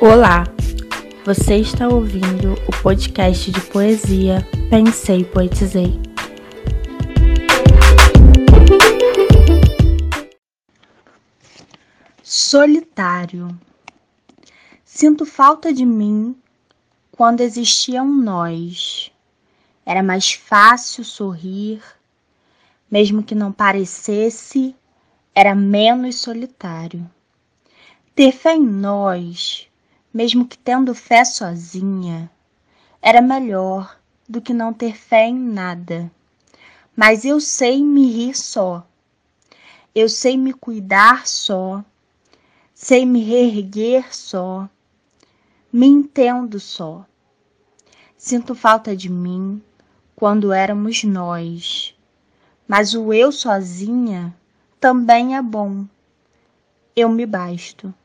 Olá, você está ouvindo o podcast de poesia Pensei, Poetizei. Solitário. Sinto falta de mim quando existia um nós. Era mais fácil sorrir, mesmo que não parecesse, era menos solitário. Ter fé em nós, mesmo que tendo fé sozinha, era melhor do que não ter fé em nada. Mas eu sei me rir só, eu sei me cuidar só, sei me reerguer só, me entendo só. Sinto falta de mim quando éramos nós, mas o eu sozinha também é bom. Eu me basto.